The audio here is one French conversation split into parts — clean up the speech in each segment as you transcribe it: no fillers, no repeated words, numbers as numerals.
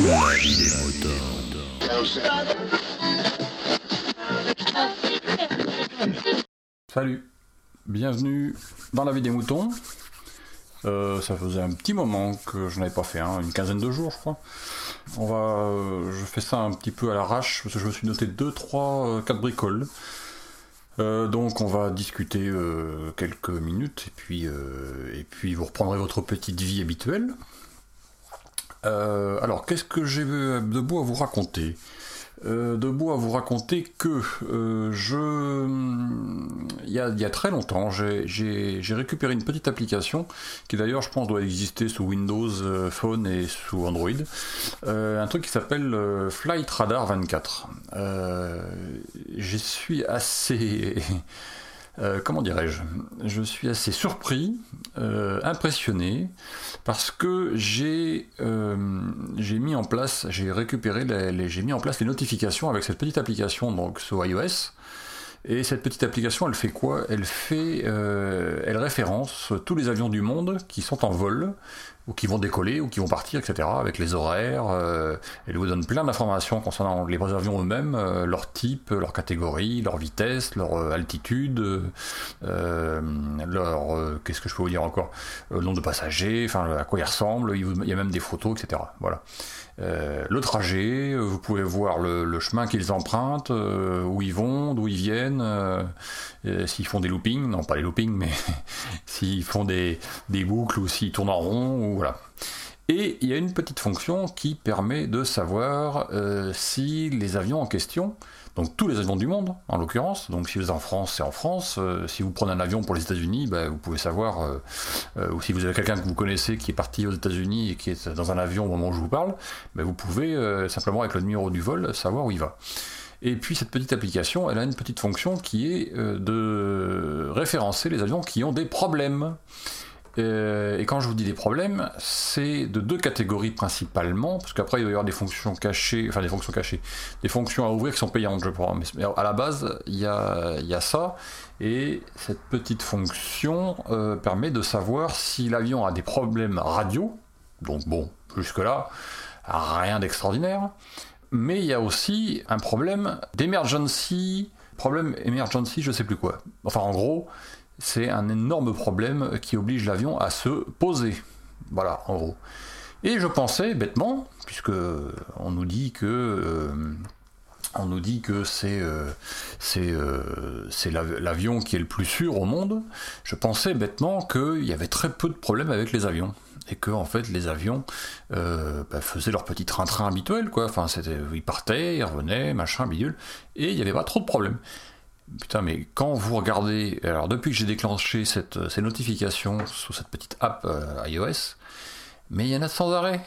La vie des moutons. Salut, bienvenue dans la vie des moutons. Ça faisait un petit moment que je n'avais pas fait, une quinzaine de jours je crois. Je fais ça un petit peu à l'arrache parce que je me suis noté 2, 3, 4 bricoles. Donc on va discuter quelques minutes et puis vous reprendrez votre petite vie habituelle. Alors qu'est-ce que j'ai de beau à vous raconter ? De beau à vous raconter que il y a très longtemps j'ai récupéré une petite application qui d'ailleurs je pense doit exister sous Windows Phone et sous Android, un truc qui s'appelle Flight Radar 24. Je suis assez comment dirais-je ? Je suis assez surpris, impressionné, parce que j'ai mis en place les notifications avec cette petite application donc sur iOS. Et cette petite application, elle fait quoi ? Elle référence tous les avions du monde qui sont en vol, ou qui vont décoller, ou qui vont partir, etc., avec les horaires. Elle vous donne plein d'informations concernant les avions eux-mêmes, leur type, leur catégorie, leur vitesse, leur altitude, qu'est-ce que je peux vous dire encore ? Le nombre de passagers, enfin à quoi ils ressemblent, il y a même des photos, etc. Voilà. Le trajet, vous pouvez voir le chemin qu'ils empruntent, où ils vont, d'où ils viennent, s'ils font des loopings, non pas les loopings, mais s'ils font des boucles ou s'ils tournent en rond, ou voilà. Et il y a une petite fonction qui permet de savoir si les avions en question, donc tous les avions du monde en l'occurrence, donc si vous êtes en France, c'est en France, si vous prenez un avion pour les États-Unis, vous pouvez savoir, ou si vous avez quelqu'un que vous connaissez qui est parti aux États-Unis et qui est dans un avion au moment où je vous parle, vous pouvez simplement avec le numéro du vol savoir où il va. Et puis cette petite application, elle a une petite fonction qui est de référencer les avions qui ont des problèmes. Et quand je vous dis des problèmes, c'est de 2 catégories principalement, parce qu'après il va y avoir des fonctions cachées, des fonctions à ouvrir qui sont payantes, je crois. Mais à la base, il y a ça, et cette petite fonction permet de savoir si l'avion a des problèmes radio, donc bon, jusque-là, rien d'extraordinaire, mais il y a aussi un problème d'emergency, je sais plus quoi. Enfin, en gros, c'est un énorme problème qui oblige l'avion à se poser. Voilà, en gros. Et je pensais bêtement, puisque on nous dit que c'est l'avion qui est le plus sûr au monde, je pensais bêtement qu'il y avait très peu de problèmes avec les avions. Et que en fait les avions faisaient leur petit train-train habituel, quoi. Enfin, ils partaient, ils revenaient, machin, bidule, et il n'y avait pas trop de problèmes. Putain, mais quand vous regardez, alors depuis que j'ai déclenché ces notifications sous cette petite app iOS, mais il y en a sans arrêt.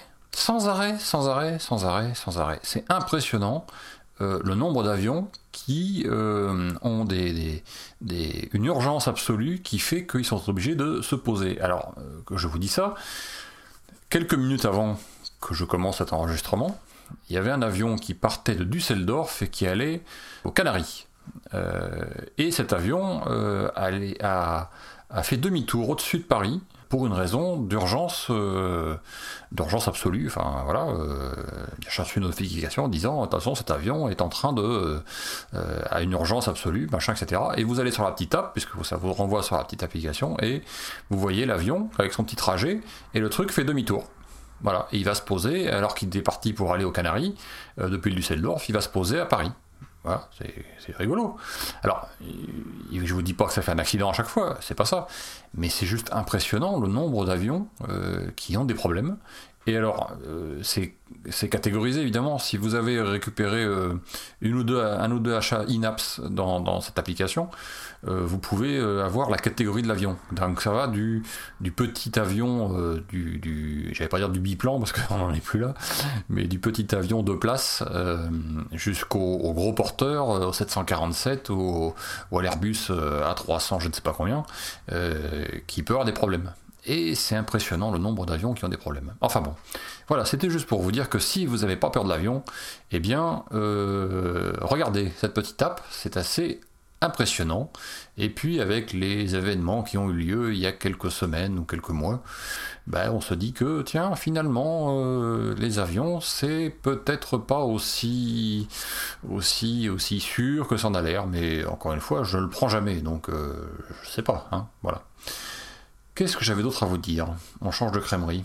C'est impressionnant le nombre d'avions qui ont une urgence absolue qui fait qu'ils sont obligés de se poser. Alors, que je vous dis ça, quelques minutes avant que je commence cet enregistrement, il y avait un avion qui partait de Düsseldorf et qui allait aux Canaries. Et cet avion a fait demi-tour au-dessus de Paris pour une raison d'urgence absolue. Enfin voilà, j'ai reçu une notification en disant attention, cet avion est en train à une urgence absolue, machin, etc. Et vous allez sur la petite app, puisque ça vous renvoie sur la petite application, et vous voyez l'avion avec son petit trajet, et le truc fait demi-tour. Voilà, et il va se poser, alors qu'il est parti pour aller aux Canaries, depuis le Düsseldorf, il va se poser à Paris. Voilà, c'est rigolo. Alors, je vous dis pas que ça fait un accident à chaque fois, c'est pas ça, mais c'est juste impressionnant le nombre d'avions qui ont des problèmes. Et alors, c'est catégorisé évidemment. Si vous avez récupéré un ou deux achats in-apps dans cette application, vous pouvez avoir la catégorie de l'avion. Donc ça va du petit avion, j'allais pas dire du biplan parce qu'on n'en est plus là, mais du petit avion de place jusqu'au gros porteur, au 747 ou à l'Airbus A300, je ne sais pas combien, qui peut avoir des problèmes. Et c'est impressionnant le nombre d'avions qui ont des problèmes. Enfin bon, voilà, c'était juste pour vous dire que si vous n'avez pas peur de l'avion, eh bien, regardez cette petite app, c'est assez impressionnant. Et puis avec les événements qui ont eu lieu il y a quelques semaines ou quelques mois, on se dit que tiens, finalement les avions c'est peut-être pas aussi sûr que ça en a l'air, mais encore une fois je le prends jamais, donc je sais pas, hein, voilà. Qu'est-ce que j'avais d'autre à vous dire? On change de crèmerie.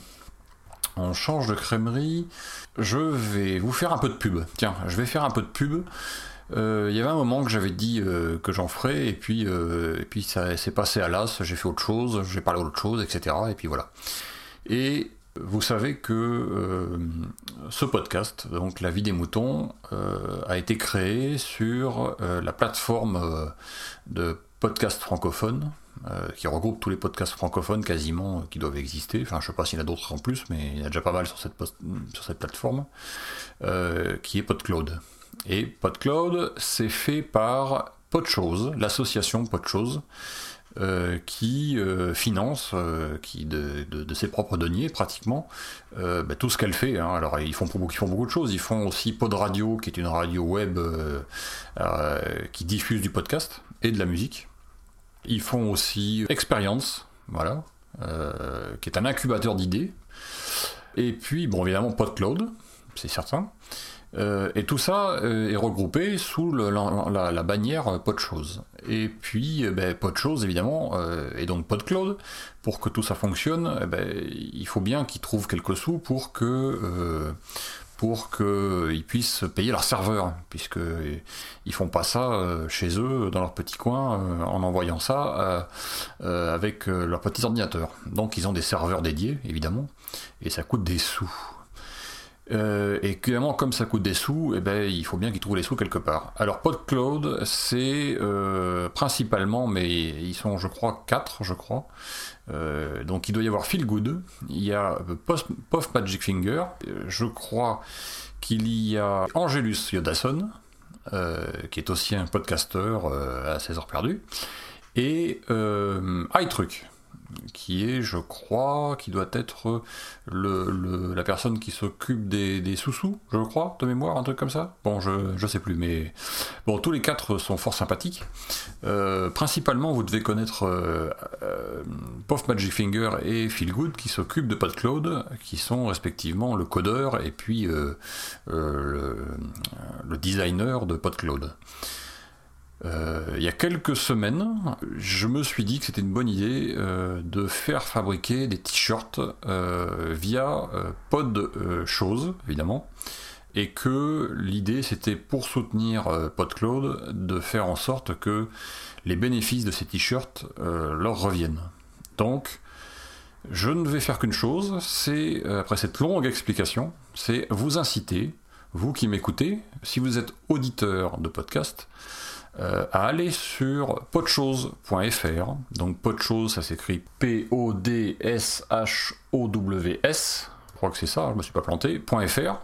Je vais vous faire un peu de pub. Tiens, je vais faire un peu de pub. Il y avait un moment que j'avais dit que j'en ferais, et puis ça s'est passé à l'as, j'ai fait autre chose, j'ai parlé d'autre chose, etc. Et puis voilà. Et vous savez que ce podcast, donc La Vie des Moutons, a été créé sur la plateforme de podcasts francophones, qui regroupe tous les podcasts francophones quasiment qui doivent exister. Enfin, je sais pas s'il y en a d'autres en plus, mais il y en a déjà pas mal sur cette plateforme, qui est PodCloud. Et PodCloud, c'est fait par Podchose, l'association Podchose, qui finance, de ses propres deniers pratiquement, tout ce qu'elle fait. Hein. Alors ils font beaucoup de choses. Ils font aussi Pod Radio, qui est une radio web qui diffuse du podcast et de la musique. Ils font aussi Experience, voilà, qui est un incubateur d'idées. Et puis, bon, évidemment, PodCloud, c'est certain. Et tout ça est regroupé sous la bannière Podchose. Et puis, Podchose, évidemment, et donc PodCloud, pour que tout ça fonctionne, il faut bien qu'ils trouvent quelques sous pour qu'ils puissent payer leurs serveurs, puisqu'ils font pas ça chez eux, dans leur petit coin, en envoyant ça avec leurs petits ordinateurs. Donc ils ont des serveurs dédiés, évidemment, et ça coûte des sous. Et évidemment, comme ça coûte des sous, il faut bien qu'ils trouvent les sous quelque part. Alors PodCloud, c'est principalement, mais ils sont, je crois, 4, donc il doit y avoir Feel Good, il y a Puff Magic Finger, je crois qu'il y a Angelus Yodasson, qui est aussi un podcasteur à 16 heures perdues, et iTruc, qui est, je crois, qui doit être la personne qui s'occupe des sous-sous, je crois, de mémoire, un truc comme ça. Bon, je sais plus, mais bon, tous les 4 sont fort sympathiques. Principalement, vous devez connaître Puff Magic Finger et Feel Good, qui s'occupent de PodCloud, qui sont respectivement le codeur et puis le designer de PodCloud. Il y a quelques semaines, je me suis dit que c'était une bonne idée de faire fabriquer des t-shirts via Podchose, évidemment, et que l'idée c'était, pour soutenir PodCloud, de faire en sorte que les bénéfices de ces t-shirts leur reviennent. Donc, je ne vais faire qu'une chose, c'est, après cette longue explication, c'est vous inciter, vous qui m'écoutez, si vous êtes auditeur de podcast, à aller sur podchose.fr. Donc Podchose, ça s'écrit Podshow's, je crois que c'est ça, je me suis pas planté, .fr.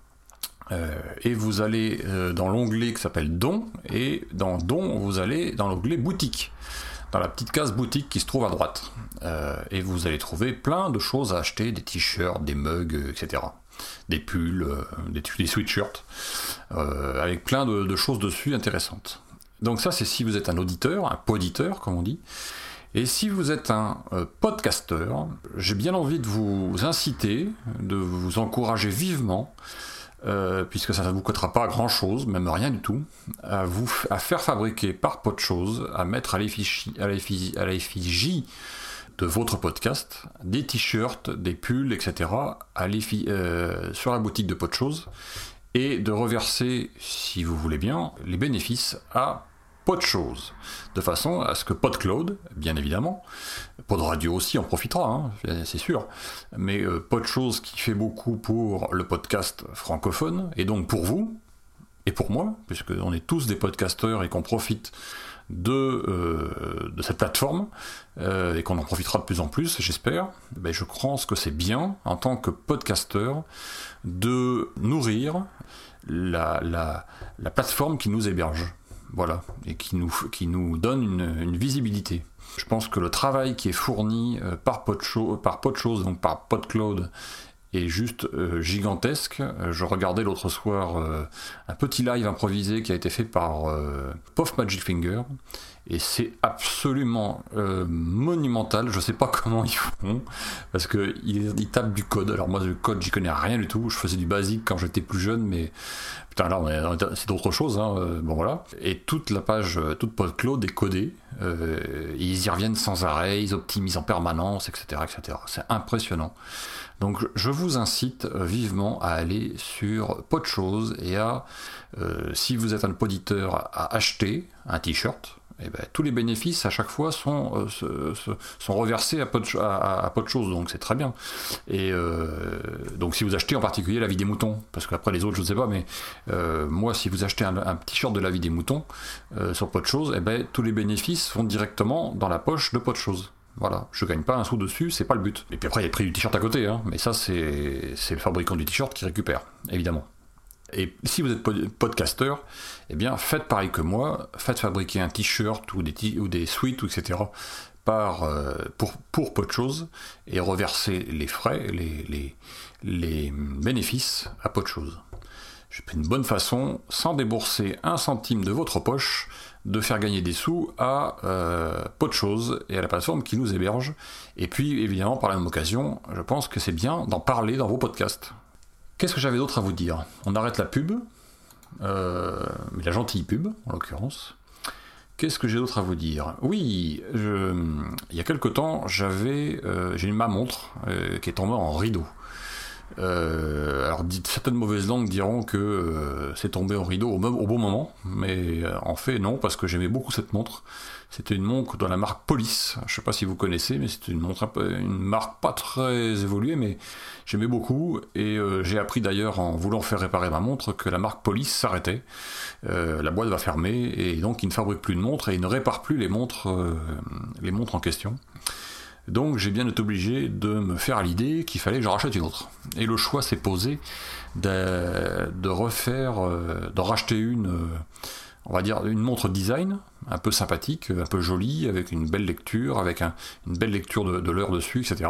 Et vous allez dans l'onglet qui s'appelle Dons, et dans Dons, vous allez dans l'onglet Boutique, dans la petite case Boutique qui se trouve à droite. Et vous allez trouver plein de choses à acheter, des t-shirts, des mugs, etc. Des pulls, des sweatshirts, avec plein de choses dessus intéressantes. Donc ça, c'est si vous êtes un auditeur, un poditeur, comme on dit. Et si vous êtes un podcasteur, j'ai bien envie de vous inciter, de vous encourager vivement, puisque ça ne vous coûtera pas grand-chose, même rien du tout, à faire fabriquer par Podchose, à mettre à l'effigie de votre podcast, des t-shirts, des pulls, etc., sur la boutique de Podchose, et de reverser, si vous voulez bien, les bénéfices à Podchose, de façon à ce que PodCloud, bien évidemment, Pod Radio aussi en profitera, hein, c'est sûr, mais Podchose qui fait beaucoup pour le podcast francophone, et donc pour vous, et pour moi, puisqu'on est tous des podcasteurs et qu'on profite de cette plateforme, et qu'on en profitera de plus en plus, j'espère, je pense que c'est bien, en tant que podcasteur, de nourrir la plateforme qui nous héberge. Voilà, et qui nous donne une visibilité. Je pense que le travail qui est fourni par Podchose, donc par PodCloud, est juste gigantesque. Je regardais l'autre soir un petit live improvisé qui a été fait par Puff Magic Finger, et c'est absolument monumental. Je sais pas comment ils font, parce que ils tapent du code. Alors moi, le code, j'y connais rien du tout. Je faisais du basique quand j'étais plus jeune, mais putain, là c'est d'autres choses, hein. Bon voilà. Et toute la page, toute PodCloud est codée. Ils y reviennent sans arrêt, ils optimisent en permanence, etc., etc. C'est impressionnant. Donc je vous incite vivement à aller sur Podchose et à, si vous êtes un poditeur, à acheter un t-shirt. Et ben, tous les bénéfices à chaque fois sont reversés à Podchose, donc c'est très bien. Et donc si vous achetez en particulier la vie des moutons, parce qu'après les autres je ne sais pas, mais moi si vous achetez un t-shirt de la vie des moutons sur Podchose, et ben, tous les bénéfices vont directement dans la poche de Podchose. Voilà, je gagne pas un sou dessus, c'est pas le but. Et puis après il y a le prix du t-shirt à côté, hein, mais ça c'est le fabricant du t-shirt qui récupère, évidemment. Et si vous êtes podcasteur, eh bien faites pareil que moi, faites fabriquer un t-shirt ou des sweats, etc. Pour Podchose, et reversez les frais, les bénéfices à Podchose. C'est une bonne façon, sans débourser un centime de votre poche, de faire gagner des sous à Podchose et à la plateforme qui nous héberge. Et puis évidemment, par la même occasion, je pense que c'est bien d'en parler dans vos podcasts. Qu'est-ce que j'avais d'autre à vous dire ? On arrête la pub, la gentille pub en l'occurrence. Qu'est-ce que j'ai d'autre à vous dire ? Oui, il y a quelque temps, j'ai ma montre qui est tombée en rideau. Alors certaines mauvaises langues diront que c'est tombé en rideau au bon moment, mais en fait non, parce que j'aimais beaucoup cette montre. C'était une montre de la marque Police, je sais pas si vous connaissez, mais c'est une marque pas très évoluée, mais j'aimais beaucoup, et j'ai appris d'ailleurs en voulant faire réparer ma montre que la marque Police s'arrêtait, la boîte va fermer, et donc ils ne fabriquent plus de montres, et ils ne réparent plus les montres en question. Donc j'ai bien été obligé de me faire à l'idée qu'il fallait que je rachète une autre. Et le choix s'est posé de racheter on va dire une montre design, un peu sympathique, un peu jolie, avec une belle lecture, une belle lecture de l'heure dessus, etc.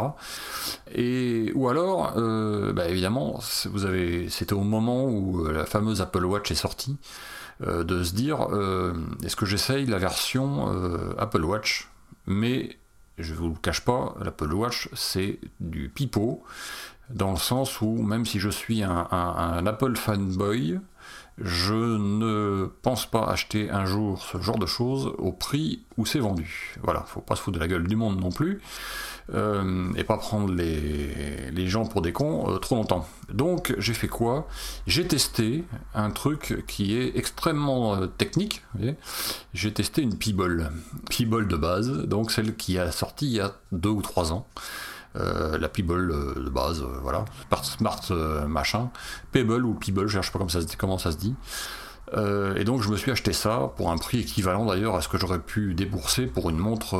Ou alors, évidemment, c'était au moment où la fameuse Apple Watch est sortie, de se dire, est-ce que j'essaye la version Apple Watch ? Mais je ne vous le cache pas, l'Apple Watch, c'est du pipeau, dans le sens où, même si je suis un Apple fanboy, je ne pense pas acheter un jour ce genre de choses au prix où c'est vendu. Voilà, faut pas se foutre de la gueule du monde non plus, et pas prendre les gens pour des cons trop longtemps. Donc j'ai fait quoi ? J'ai testé un truc qui est extrêmement technique. Vous voyez, j'ai testé une Peeble de base, donc celle qui a sorti il y a 2 ou 3 ans. La Peeble de base, voilà, Smart machin, Pebble ou Peeble, je ne sais pas comment ça se dit. Et donc je me suis acheté ça pour un prix équivalent d'ailleurs à ce que j'aurais pu débourser pour une montre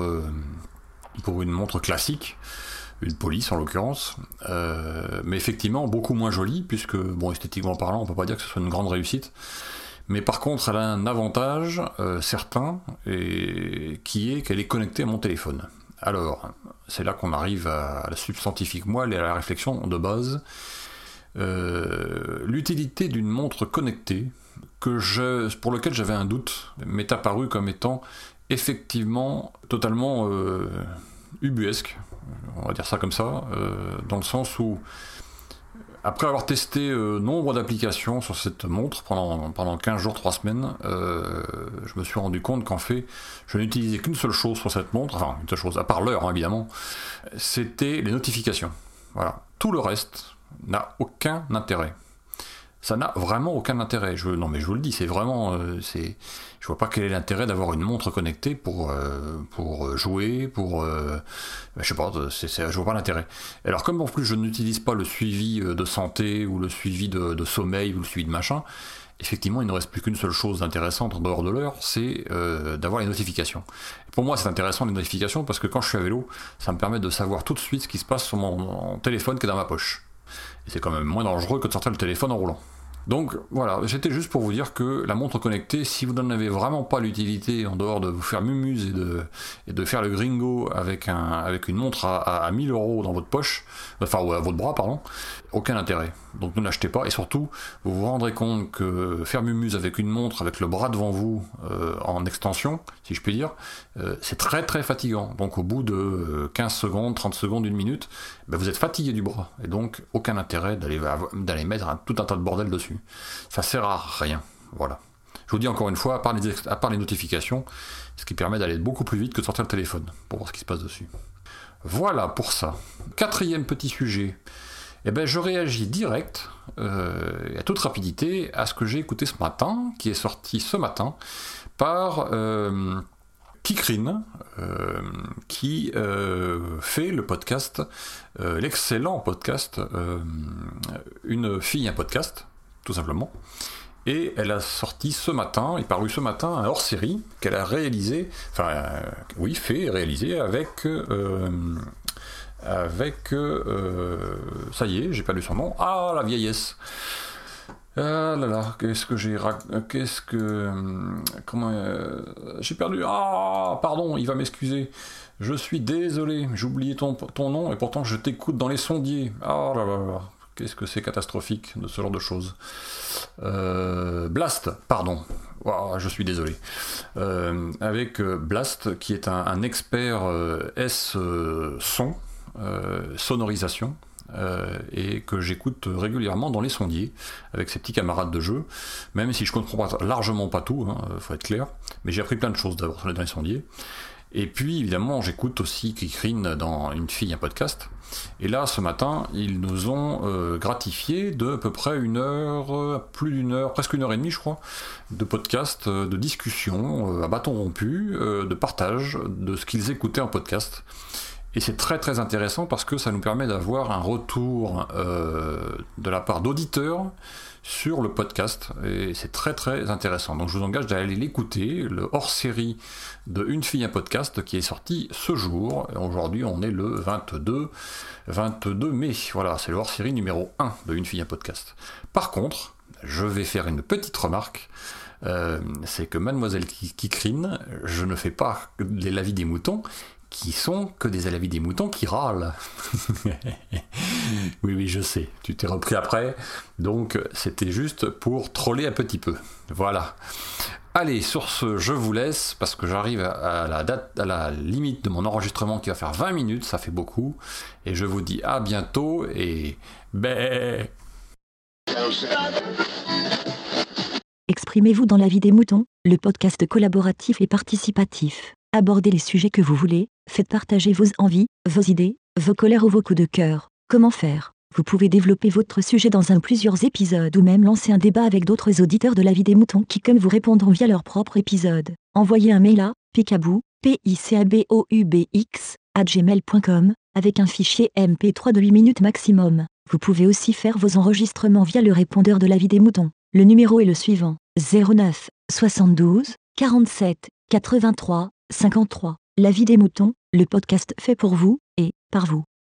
classique, une Police en l'occurrence, mais effectivement beaucoup moins jolie, puisque bon, esthétiquement parlant on peut pas dire que ce soit une grande réussite. Mais par contre, elle a un avantage certain, qui est qu'elle est connectée à mon téléphone. Alors, c'est là qu'on arrive à la substantifique moelle et à la réflexion de base. L'utilité d'une montre connectée, pour laquelle j'avais un doute, m'est apparue comme étant effectivement totalement ubuesque, on va dire ça comme ça, dans le sens où, après avoir testé nombre d'applications sur cette montre pendant 15 jours, 3 semaines, je me suis rendu compte qu'en fait, je n'utilisais qu'une seule chose sur cette montre, enfin une seule chose, à part l'heure hein, évidemment, c'était les notifications. Voilà. Tout le reste n'a aucun intérêt. Ça n'a vraiment aucun intérêt. Non mais je vous le dis, c'est vraiment... je vois pas quel est l'intérêt d'avoir une montre connectée pour jouer, je sais pas, je vois pas l'intérêt. Alors comme en plus je n'utilise pas le suivi de santé ou le suivi de sommeil ou le suivi de machin, effectivement il ne reste plus qu'une seule chose intéressante en dehors de l'heure, c'est d'avoir les notifications. Et pour moi c'est intéressant les notifications parce que quand je suis à vélo, ça me permet de savoir tout de suite ce qui se passe sur mon téléphone qui est dans ma poche. Et c'est quand même moins dangereux que de sortir le téléphone en roulant. Donc voilà, c'était juste pour vous dire que la montre connectée, si vous n'en avez vraiment pas l'utilité en dehors de vous faire mumuse et de faire le gringo avec une montre à 1000 € dans votre poche, enfin ou à votre bras pardon, aucun intérêt. Donc ne l'achetez pas, et surtout, vous vous rendrez compte que faire mumuse avec une montre, avec le bras devant vous, en extension, si je puis dire, c'est très très fatigant. Donc au bout de 15 secondes, 30 secondes, 1 minute, vous êtes fatigué du bras, et donc aucun intérêt d'aller mettre tout un tas de bordel dessus. Ça sert à rien, voilà. Je vous dis encore une fois, à part les notifications, ce qui permet d'aller beaucoup plus vite que de sortir le téléphone, pour voir ce qui se passe dessus. Voilà pour ça. 4e petit sujet. Je réagis direct, à toute rapidité, à ce que j'ai écouté ce matin, qui est sorti ce matin, par Kikrine, qui fait le podcast, l'excellent podcast, Une fille, un podcast, tout simplement. Et elle a sorti ce matin, est paru ce matin, un hors-série qu'elle a réalisé, fait et réalisé avec, ça y est, j'ai perdu son nom, la vieillesse. Ah là là, j'ai perdu, pardon, il va m'excuser. Je suis désolé, j'ai oublié ton nom, et pourtant je t'écoute dans les sondiers. Ah là là là. Qu'est-ce que c'est catastrophique de ce genre de choses. Blast, pardon. Wow, je suis désolé. Avec Blast, qui est un expert sonorisation, et que j'écoute régulièrement dans les sondiers, avec ses petits camarades de jeu, même si je comprends largement pas tout, faut être clair, mais j'ai appris plein de choses d'abord dans les sondiers. Et puis évidemment j'écoute aussi Kikrine dans Une fille, un podcast. Et là ce matin ils nous ont gratifié de à peu près 1 heure, plus d'1 heure, presque 1h30 je crois, de podcast, de discussion à bâton rompu, de partage de ce qu'ils écoutaient en podcast. Et c'est très très intéressant parce que ça nous permet d'avoir un retour de la part d'auditeurs sur le podcast, et c'est très très intéressant. Donc je vous engage d'aller l'écouter, le hors-série de Une fille, un podcast, qui est sorti ce jour. Aujourd'hui on est le 22 mai, voilà, c'est le hors-série numéro 1 de Une fille, un podcast. Par contre, je vais faire une petite remarque, c'est que Mademoiselle Kikrine, je ne fais pas l'avis des moutons, qui sont que des avis des moutons qui râlent. Oui, je sais, tu t'es repris après, donc c'était juste pour troller un petit peu. Voilà. Allez, sur ce, je vous laisse, parce que j'arrive à la limite de mon enregistrement qui va faire 20 minutes, ça fait beaucoup, et je vous dis à bientôt, et Exprimez-vous dans l'avis des moutons, le podcast collaboratif et participatif. Abordez les sujets que vous voulez, faites partager vos envies, vos idées, vos colères ou vos coups de cœur. Comment faire ? Vous pouvez développer votre sujet dans un ou plusieurs épisodes ou même lancer un débat avec d'autres auditeurs de l'avis des moutons qui comme vous répondront via leur propre épisode. Envoyez un mail à picaboo, @gmail.com avec un fichier MP3 de 8 minutes maximum. Vous pouvez aussi faire vos enregistrements via le répondeur de l'avis des moutons. Le numéro est le suivant: 09 72 47 83 53. L'avis des moutons, le podcast fait pour vous, et par vous.